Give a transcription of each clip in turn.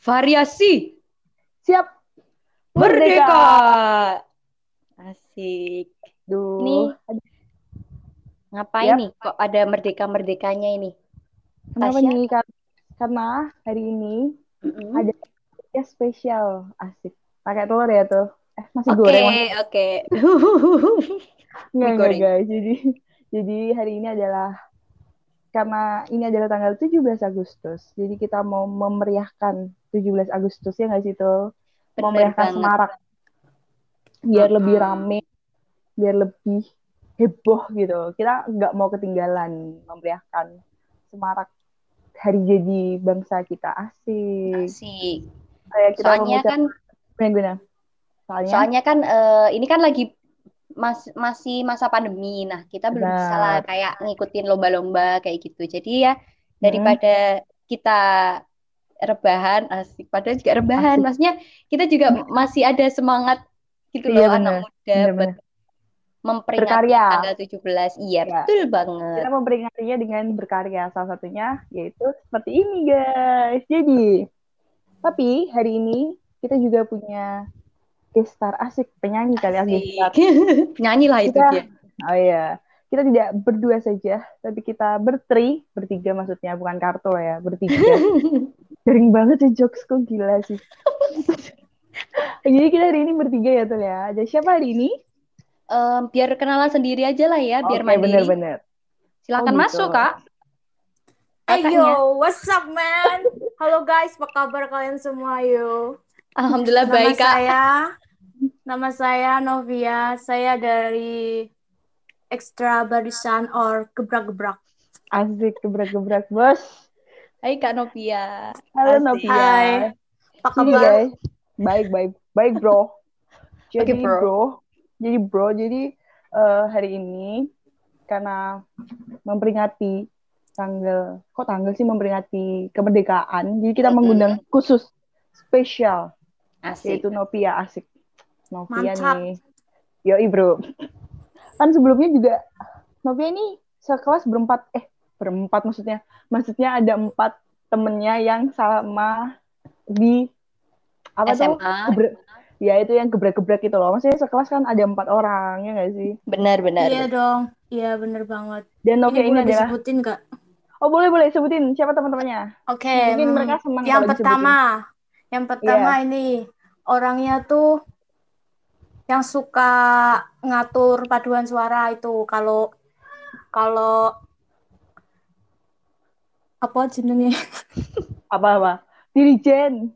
Variasi Siap merdeka. merdeka. Asik. Duh, Nih, ngapain siap. nih? Kok ada merdeka-merdekanya ini? Kenapa Tasya? nih? Karena hari ini Mm-mm. ada ya spesial. Asik. Pakai telur ya tuh. Masih Oke, goreng mas? oke. Enggak, Mie goreng. guys. Jadi hari ini adalah karena ini adalah tanggal 17 Agustus. Jadi kita mau memeriahkan 17 Agustus ya nggak sih tuh? Bener Memeriahkan banget. Semarak biar lebih Mm-mm. rame, biar lebih heboh gitu. Kita nggak mau ketinggalan memeriahkan Semarak hari jadi bangsa kita. Asik. Asik. Kayak kita Soalnya mengucap kan, guna. Soalnya soalnya kan ini kan lagi masih masa pandemi. Nah, kita belum bisa lah benar. kayak ngikutin lomba-lomba kayak gitu. Jadi ya Mm-mm. daripada kita rebahan, asik. Padahal juga rebahan. Asik. Maksudnya kita juga masih ada semangat gitu Iya loh anak benar. muda buat Benar-benar. memperingati Berkarya. tanggal 17. Iya, Ya. betul Kita banget. memperingatinya dengan berkarya. Salah satunya yaitu seperti ini guys. Tapi hari ini kita juga punya guest star asik penyanyi kali ya guest Asik. star. Nyanyi lah itu Kita, dia. oh iya, kita tidak berdua saja, tapi kita bertiga maksudnya, bukan kartu ya, bertiga. Sering banget sih jokesku, gila sih. Jadi kita hari ini bertiga ya tuh ya. Ada siapa hari ini? Biar kenalan sendiri aja lah ya, biar Oke, mandiri. bener-bener. Oh Silakan gitu. masuk, Kak. Eh Kakaknya. yo, what's up man? Halo guys, apa kabar kalian semua yo? Alhamdulillah Nama baik, Kak. saya, nama saya Novia. Saya dari Extra Barisan or Gebrak-gebrak. Asik, gebrak-gebrak, bos. Hai Kak Novia. Halo Asik. Novia. Hai, apa Jadi kabar? guys, baik-baik, baik bro. Oke, Jadi bro. hari ini karena memperingati kok tanggal sih memperingati kemerdekaan. Jadi kita Mm-mm. mengundang khusus spesial Asik. yaitu Novia asik. Novia Mantap. nih. Yoi bro. Kan sebelumnya juga Novia ini sekelas berempat maksudnya. Maksudnya ada 4 temennya yang sama di apa tuh? SMA. Ya itu yang gebrak-gebrak itu loh. Maksudnya sekelas kan ada 4 orang ya nggak sih? Benar, benar, Iya benar. dong, iya bener banget. Dan Ini Novia ini boleh adalah disebutin nggak? boleh boleh sebutin siapa teman-temannya. Oke, Mungkin mereka senang yang kalau pertama, disebutin. yang pertama Iya. ini orangnya tuh yang suka ngatur paduan suara itu. Kalau kalau apa jenenge? Apa-apa. Dirijen.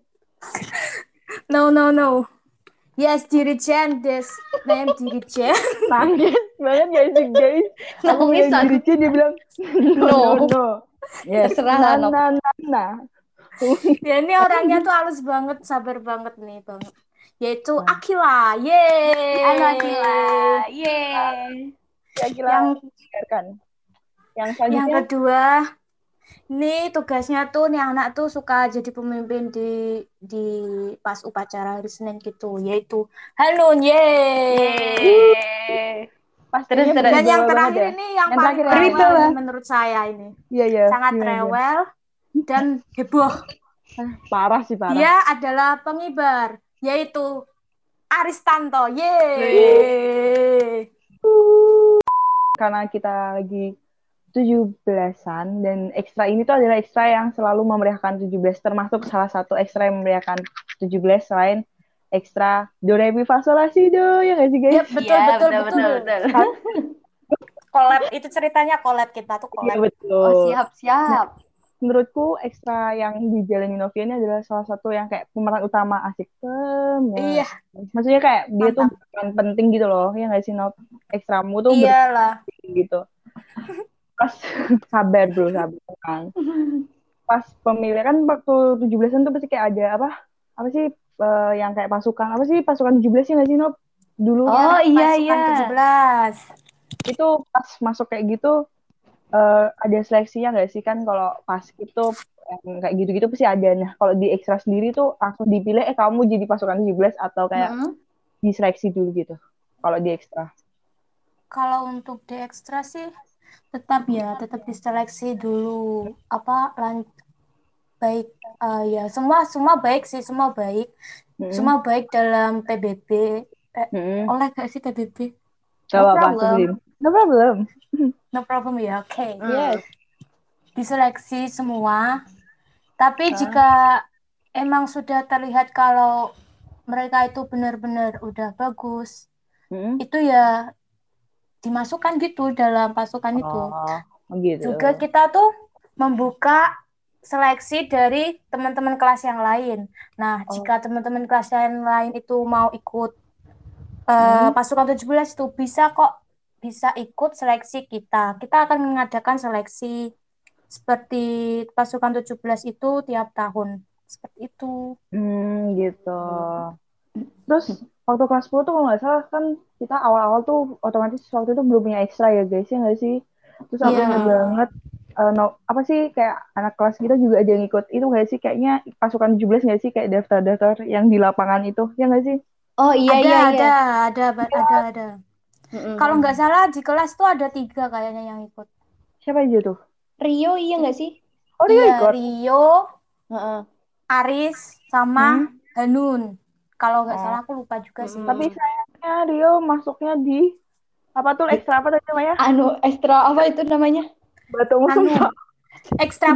No. Yes, Dirijen. This name Dirijen. Nangis banget gak sih guys? Aku Nangis bilang aku. dirijen dia bilang No. no. Yes. Terserah lah, Nah Nov. nah nah nah. Ya ini orangnya tuh halus banget, sabar banget nih bang. Yaitu Nah, Akila. Halo Akila. Yeay. Yeay. kira-kira Yang dengarkan. Yang yang selanjutnya kedua, nih tugasnya tuh nih anak tuh suka jadi pemimpin di pas upacara hari Senin gitu, yaitu Hanun. Yeay. Yeay. Terus, pastinya terus. Dan yang berwibawa banget terakhir ya. ini yang Yang paling terakhir yang mana? rewel Berwibawa. nih menurut saya ini. Iya iya. Sangat Gimana gimana? rewel dan heboh. Parah sih parah. Dia adalah pengibar, yaitu Aristanto. Wih. Yeay. Karena kita lagi 17-an dan ekstra ini tuh adalah ekstra yang selalu memeriahkan 17 termasuk salah satu ekstra yang memeriahkan 17 selain ekstra do re mi fa sol la si do ya nggak sih guys? Yep, betul, Iya, betul, betul, betul. betul, betul. Collab, itu ceritanya collab kita tuh Iya collab. Oh, betul. siap, Nah, siap. menurutku ekstra yang dijalani Novia ini adalah salah satu yang kayak pemeran utama asik banget. Iya, Maksudnya kayak dia tuh mantap. bukan penting gitu loh, ya nggak sih Nov? Ekstramu tuh Iyalah. berpenting gitu. Pas sabar bro, sabar. Tenang. Pas pemilihan kan waktu 17-an tuh pasti kayak ada apa sih yang kayak pasukan apa sih pasukan 17 ya nggak sih Nov? Dulu Ya, Oh, iya, iya. pasukan 17. itu pas masuk kayak gitu ada seleksinya nggak sih kan kalau pas itu kayak gitu-gitu pasti ada. Nah kalau di ekstra sendiri tuh langsung dipilih kamu jadi pasukan 17 atau kayak Mm-mm. diseleksi dulu gitu kalau di ekstra. Kalau untuk di ekstra sih tetap diseleksi dulu apa baik. Ya semua baik sih, semua baik. Semua baik dalam PBB. Oleh gak sih PBB? Gak No apa-apa, problem. sebelum. No problem. No problem ya, oke. Yes. Diseleksi semua. Tapi jika emang sudah terlihat kalau mereka itu benar-benar udah bagus, itu ya dimasukkan gitu dalam pasukan itu. Gitu. Juga kita tuh membuka seleksi dari teman-teman kelas yang lain. Nah, jika teman-teman kelas yang lain itu mau ikut pasukan 17 itu bisa ikut seleksi kita. Kita akan mengadakan seleksi seperti pasukan 17 itu tiap tahun. Seperti itu. Gitu. Terus waktu kelas 10 tuh kalau nggak salah kan kita awal-awal tuh otomatis waktu itu belum punya ekstra ya guys, ya nggak sih? Terus aku ingat banget apa sih kayak anak kelas kita juga ada yang ikut itu nggak sih, kayaknya pasukan 17 nggak sih, kayak daftar-daftar yang di lapangan itu, ya nggak sih? Oh iya iya. Ada. Kalau nggak salah di kelas tuh ada 3 kayaknya yang ikut. Siapa aja tuh? Rio iya nggak sih? Oh dia Iya, ikut. Rio, Aris, sama Hanun. Kalau nggak salah aku lupa juga sih. Tapi sayangnya Rio masuknya di apa tuh ekstra apa tadi namanya? Ekstra apa itu namanya? Batu Musumba. Ekstra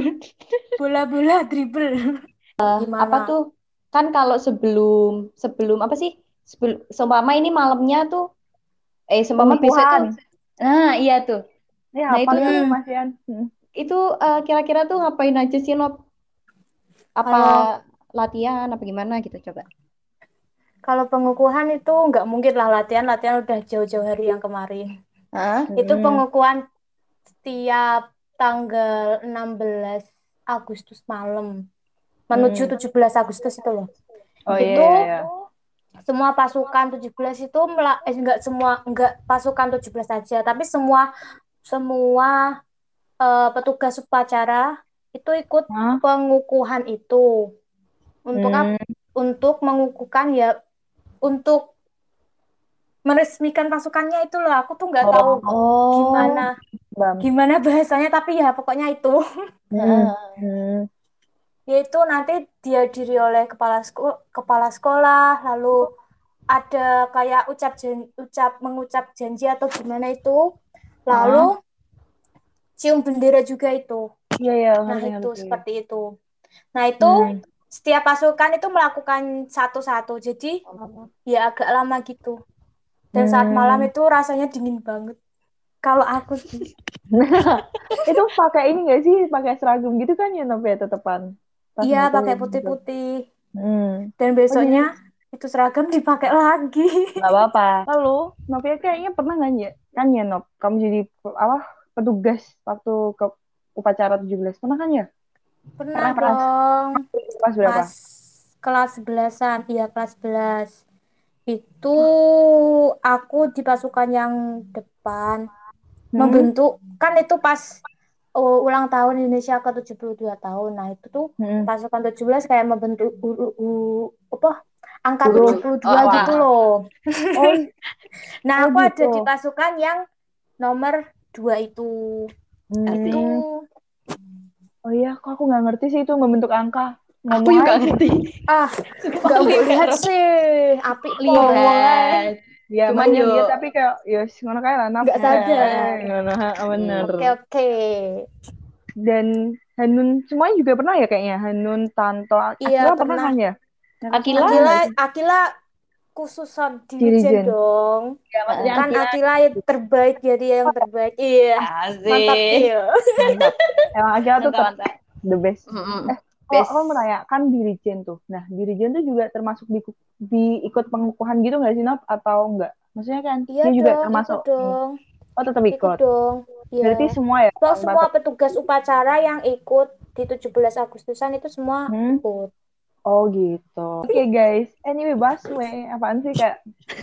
bola dribble. Gimana? Apa tuh? Kan kalau sebelum apa sih? Seumpama ini malamnya tuh seumpama besok tuh. Nah, iya tuh. Ya, Nah, apa itu tuh Mas Ian? itu kira-kira tuh ngapain aja sih, Nop? Apa latihan apa gimana gitu coba? Kalau pengukuhan itu nggak mungkin lah latihan udah jauh-jauh hari yang kemarin. Itu pengukuhan setiap tanggal 16 Agustus malam menuju 17 Agustus itu loh. Iya. Semua pasukan 17 itu enggak pasukan 17 saja, tapi semua petugas upacara itu ikut pengukuhan itu. Untuk mengukuhkan ya, untuk meresmikan pasukannya itu loh. Aku tuh nggak tahu gimana bahasanya, tapi ya pokoknya itu. Yaitu nanti dihadiri oleh kepala sekolah, lalu ada kayak mengucap janji atau gimana itu, lalu cium bendera juga itu. Iya. Nah itu seperti itu. Nah itu setiap pasukan itu melakukan satu-satu, jadi ya agak lama gitu. Dan saat malam itu rasanya dingin banget. Kalau aku sih. Itu pakai ini nggak sih, pakai seragam gitu kan ya Nov ya tetepan? Iya, pakai putih-putih. Dan besoknya itu seragam dipakai lagi. Nggak apa-apa. Lalu Novia kayaknya pernah nggak ya? Kan ya Nov, kamu jadi petugas waktu ke upacara 17. Pernah kan ya? Pernah dong. Kelas berapa? Kelas 11-an. Iya, kelas 11. Itu aku di pasukan yang depan. Membentuk, kan itu pas ulang tahun Indonesia ke 72 tahun. Nah, itu tuh pasukan 17 kayak membentuk angka 72 gitu loh. Nah, aku ada di pasukan yang nomor 2 itu. Itu. Oh iya, kok aku nggak ngerti sih itu membentuk angka. Aku juga ngerti. Nggak boleh lihat sih. Api lihat. Ya, cuman lihat tapi kayak ngono kae lah. Nggak sadar. Bener. Oke. Dan Hanun semuanya juga pernah ya kayaknya. Hanun, Tanto, Akila pernah kan ya? Akila khususan dirijen dong. Ya, kan Akila yang terbaik, jadi yang terbaik. Iya. Mantap ya. Mantap. Emang Akila tuh the best. Kalau merayakan dirijen tuh. Nah, dirijen tuh juga termasuk di ikut pengukuhan gitu nggak sih, Nop? Atau enggak? Maksudnya kan iya dia dong, juga termasuk. Ikut dong. Oh, tetap ikut. Dong. Ya. Berarti semua ya? Semua petugas upacara yang ikut di 17 Agustusan itu semua ikut. Oh gitu. Oke guys, anyway Baswe, apaan sih kayak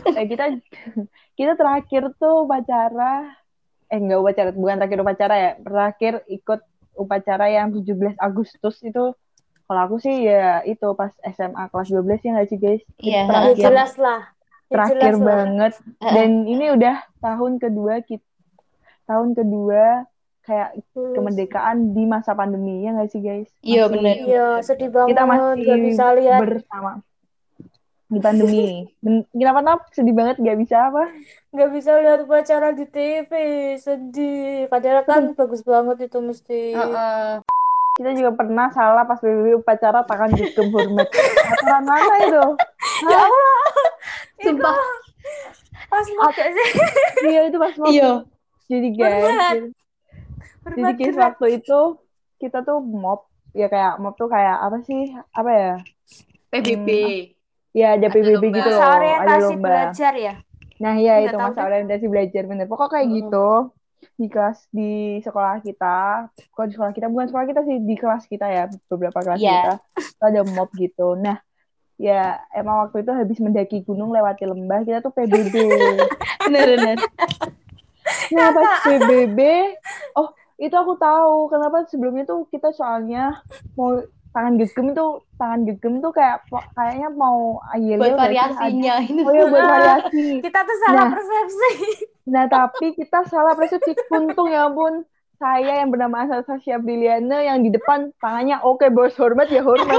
kita terakhir tuh upacara, bukan terakhir upacara ya, terakhir ikut upacara yang 17 Agustus itu, kalau aku sih ya itu pas SMA kelas 12 ya nggak sih guys? Iya. Jelas lah. Terakhir banget. Dan ini udah tahun kedua kayak kemerdekaan di masa pandemi, ya nggak sih guys? Iya benar. Iya, sedih banget. Kita masih nggak bisa lihat bersama di pandemi. Kenapa sedih banget nggak bisa apa? nggak bisa lihat upacara di TV, sedih. Padahal kan bagus banget itu mesti. Kita juga pernah salah pas PBB upacara tangan gegem hormat. Aturan mana itu? Ya Allah, Sumpah. pas mau sih. Iya itu pas mau. Iya. Jadi guys, jadi guys waktu itu kita tuh mob, ya kayak mob tuh kayak apa sih? Apa ya? PBB. Ya ada PBB lomba. gitu loh, Masa ada orientasi lomba. belajar ya? Nah iya Nggak itu tahu masa deh. orientasi belajar bener. Pokok kayak gitu di kelas di sekolah kita. Kalau di sekolah kita bukan sekolah kita sih, di kelas kita ya, beberapa kelas kita itu ada mob gitu. Nah ya emang waktu itu habis mendaki gunung lewati lembah, kita tuh PBB. Bener. Nah pas PBB, oh itu aku tahu kenapa sebelumnya tuh kita soalnya mau tangan gegem tuh kayaknya mau buat variasinya itu. Oh ya buat variasi. Kita tuh salah persepsi. Nah tapi kita salah persepsi. Untung ya ampun, saya yang bernama Anastasia Briliana yang di depan tangannya oke bos, hormat ya hormat.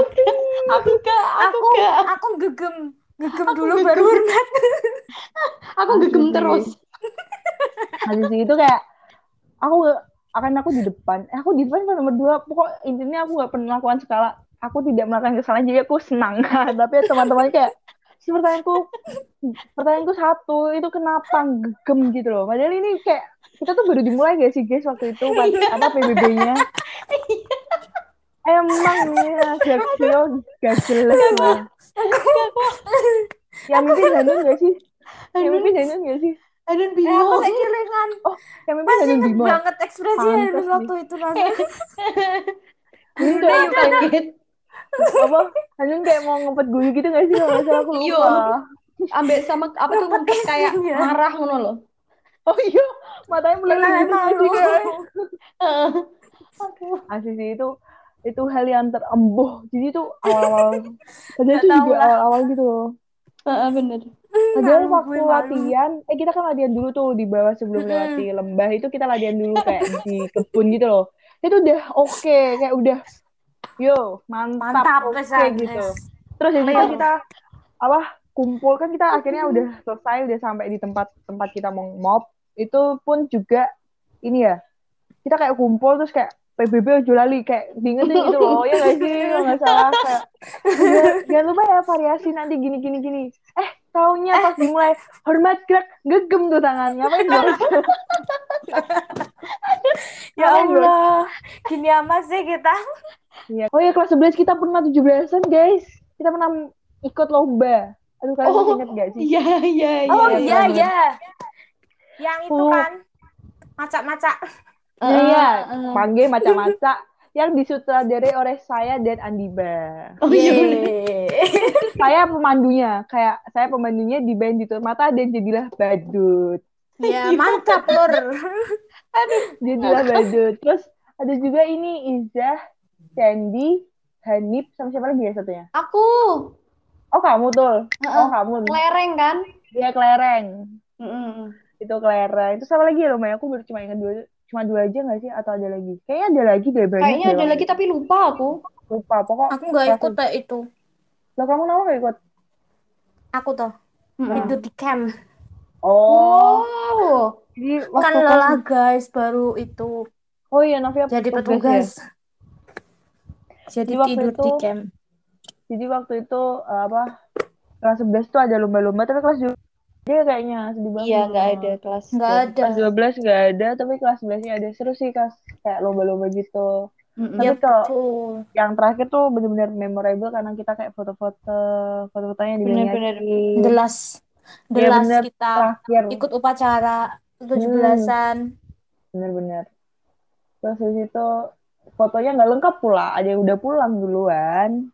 Aku gegem dulu baru hormat. Aku gegem terus. Habis itu kayak aku di depan kan nomor 2. Pokok intinya aku nggak pernah melakukan skala, aku tidak melakukan kesalahan, jadi aku senang. Tapi teman-teman kayak pertanyaanku satu, itu kenapa gegem gitu loh, padahal ini kayak kita tuh baru dimulai gak sih guys waktu itu PBB-nya. Emang ya Jaksio gak jelas lah. Yang mimpin Hanun gak sih? Hanun Bimo. Aku kekilingan. Oh, yang mimpin Hanun Bimo. Masih banget ekspresi Hanun waktu itu nanya. Ini kaget. Apa? Hanun kayak mau ngempet guyu gitu gak sih? Kalau nggak salah aku lupa. Ambek sama apa tuh ngempet kayak marah ngono loh. Oh iya, matanya meleleh gitu gak sih kayak. Asli sih itu hal yang terembuh. Jadi itu awal-awal. Padahal itu juga awal-awal gitu loh. Bener. Padahal waktu latihan, kita kan latihan dulu tuh di bawah sebelum lewati lembah itu, kita latihan dulu kayak di kebun gitu loh. Itu udah oke, kayak udah yo mantap oke gitu. Terus jadi kan kita kumpul kan, kita akhirnya udah selesai, udah sampai di tempat kita mau mob. Itu pun juga ini ya, kita kayak kumpul terus kayak PBB ojo lali, kayak diingetin gitu loh, ya nggak sih, kalau nggak salah kayak jangan lupa ya variasi nanti gini. Taunya pas dimulai hormat gerak gegem tuh tangannya, apa itu bos? Ya Allah, gini amat sih kita. Iya. Oh ya kelas 11 kita pernah 17-an guys, kita pernah ikut lomba. Aduh kalian masih inget gak sih? Iya. Oh iya. Yang itu kan macak-macak. Iya, panggil macam-macam yang disutradarai oleh saya dan Andiba. Oh iya. Saya pemandunya di band itu mata dan jadilah badut. Ya mantap Nur. Aduh, jadilah badut. Terus ada juga ini Izzah, Sandy, Hanif, sama siapa lagi ya satunya? Aku. Oh kamu tuh. Oh kamu. Kelereng kan? Iya kelereng. Itu kelereng. Itu sama lagi ya loh, Maya. Aku baru cuma ingat cuma 2 aja nggak sih, atau ada lagi? Kayaknya ada lagi deh, banyak. Kayaknya ada lagi tapi lupa aku. Pokok aku nggak ikut itu. Loh kamu kenapa nggak ikut? Aku tuh itu di camp. Oh. Jadi kan lelah guys baru itu. Oh iya, Novia jadi petugas. Ya? Jadi tidur di camp. Jadi waktu itu kelas 11 tuh ada lomba-lomba, tapi kelas 12 dia kayaknya sedih banget. Iya, nggak ada kelas 12 nggak ada, tapi kelas 11-nya ada. Seru sih kayak lomba-lomba gitu. Tapi kalau yang terakhir tuh benar-benar memorable karena kita kayak foto-fotonya di bener-bener delas kita terakhir. Ikut upacara 17-an. Bener-bener. Terus di situ fotonya nggak lengkap pula, ada yang udah pulang duluan.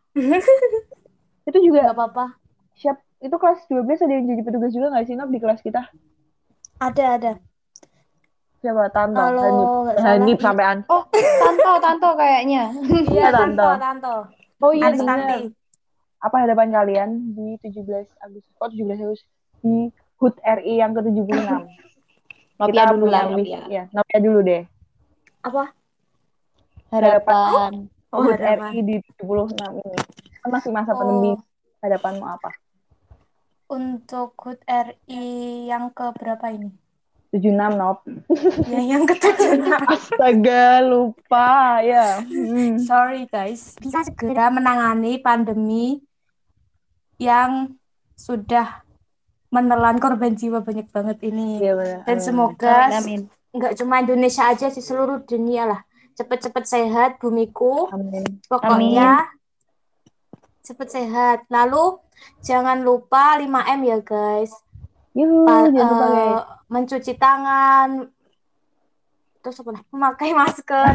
Itu juga nggak apa-apa. Siap, itu kelas 12 ada yang jadi petugas juga nggak sih, Nob, di kelas kita? Ada. Siapa? Tanto, Hanif sampean. Oh, Tanto kayaknya. Iya, Tanto. Oh iya benar. Apa harapan kalian di 17 Agustus? Kok 17 Agustus? Di HUT RI yang ke-76. Novia dulu lah, Novia. Ya, Novia dulu deh. Apa? Harapan. HUT Harapan. RI di 76 ini. Kan masih masa pandemi. Oh, Harapanmu apa? untuk HUT RI yang ke berapa ini? 76 Nop. Ya, yang ke-76. Astaga, lupa ya. Sorry guys. Bisa segera menangani pandemi yang sudah menelan korban jiwa banyak banget ini. Iya benar. Dan Amin. semoga Amin. nggak cuma Indonesia aja sih, seluruh dunia lah. Cepet-cepet sehat bumiku. Amin. Pokoknya cepet sehat. Lalu jangan lupa 5M ya guys. Yuhu, jangan lupa guys. Mencuci tangan, terus apa lagi? Memakai masker,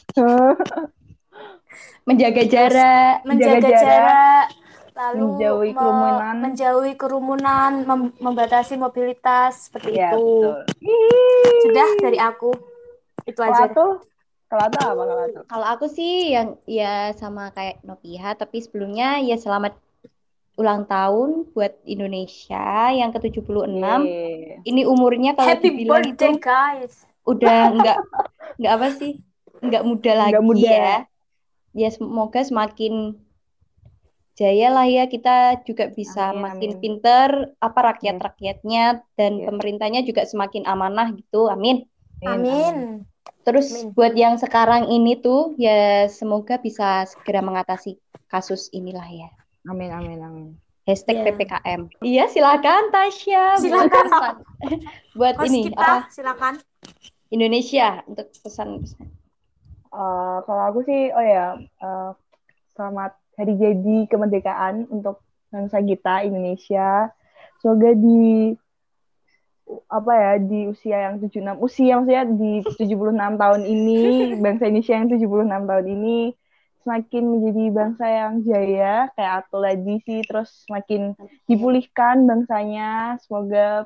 Menjaga jarak. menjaga jarak, lalu menjauhi kerumunan, membatasi mobilitas seperti ya, itu. Betul. Sudah dari aku itu aja. Kalau apa? Kalau aku sih yang ya sama kayak Nopiha, tapi sebelumnya ya selamat ulang tahun buat Indonesia yang ke-76. Yeay. Ini umurnya kalau Happy dibilang birthday, itu guys. udah nggak apa sih? Nggak muda lagi ya. Ya semoga semakin jaya lah ya, kita juga bisa makin pinter rakyat-rakyatnya dan pemerintahnya juga semakin amanah gitu. Amin. Amin. Terus buat yang sekarang ini tuh ya semoga bisa segera mengatasi kasus inilah ya. Amin. #PPKM. Iya, silakan Tasya. Silakan. Buat Host ini kita, silakan. Indonesia untuk pesan-pesan. Kalau aku sih, selamat hari jadi kemerdekaan untuk bangsa kita Indonesia. Semoga di usia yang 76, maksudnya di 76 tahun ini, bangsa Indonesia yang 76 tahun ini semakin menjadi bangsa yang jaya, kayak Atul tadi sih, terus semakin dipulihkan bangsanya. Semoga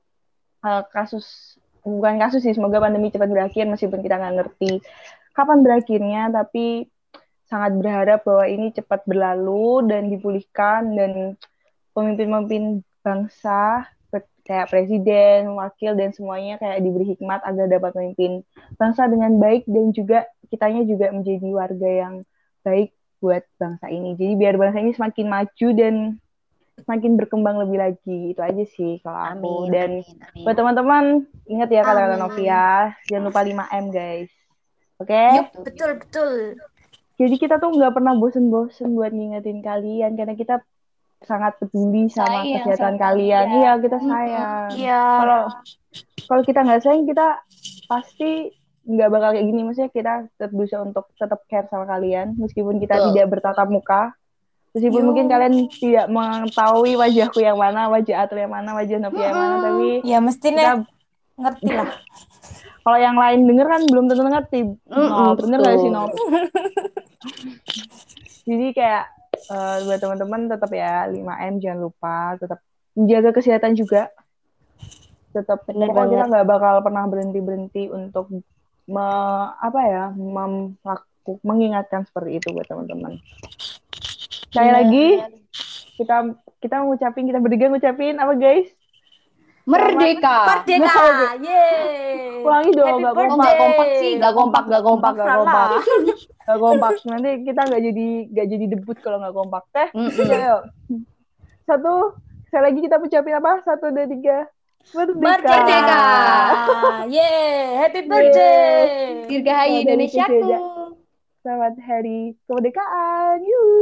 semoga pandemi cepat berakhir, meskipun kita nggak ngerti kapan berakhirnya, tapi sangat berharap bahwa ini cepat berlalu dan dipulihkan, dan pemimpin-pemimpin bangsa kayak presiden, wakil, dan semuanya kayak diberi hikmat agar dapat memimpin bangsa dengan baik, dan juga kitanya juga menjadi warga yang baik buat bangsa ini. Jadi biar bangsa ini semakin maju dan semakin berkembang lebih lagi. Itu aja sih kalau aku. Dan buat teman-teman, ingat ya kata-kata Novia, jangan lupa 5M guys. Oke? Yup, betul. Jadi kita tuh nggak pernah bosen-bosen buat ngingetin kalian, karena kita sangat peduli sama kesehatan kalian. Iya, kita sayang. Iya. Kalau kita nggak sayang, kita pasti nggak bakal kayak gini. Maksudnya kita tetap berusaha untuk tetap care sama kalian, meskipun kita tidak bertatap muka. Meskipun mungkin kalian tidak mengetahui wajahku yang mana, wajah Atul yang mana, wajah Novia yang mana, tapi ya mestinya ngerti lah. Kalau yang lain denger kan belum tentu ngerti. Bener nggak sih, Nop? Jadi kayak buat teman-teman tetap ya 5M, jangan lupa, tetap menjaga kesehatan juga. Tetap pokoknya kita nggak bakal pernah berhenti untuk mengingatkan seperti itu buat teman-teman. Sekali lagi kita bertiga ngucapin apa guys? Merdeka. Yeay. Ulangi dong, nggak kompak sih, nggak kompak. Nggak kompak. Nanti kita nggak jadi debut kalau nggak kompak. Yuk. Sekali lagi kita ucapin apa? 1, 2, 3. Merdeka. Yeay, happy birthday. Dirgahayu Indonesiaku. Selamat hari kemerdekaan. Yuh.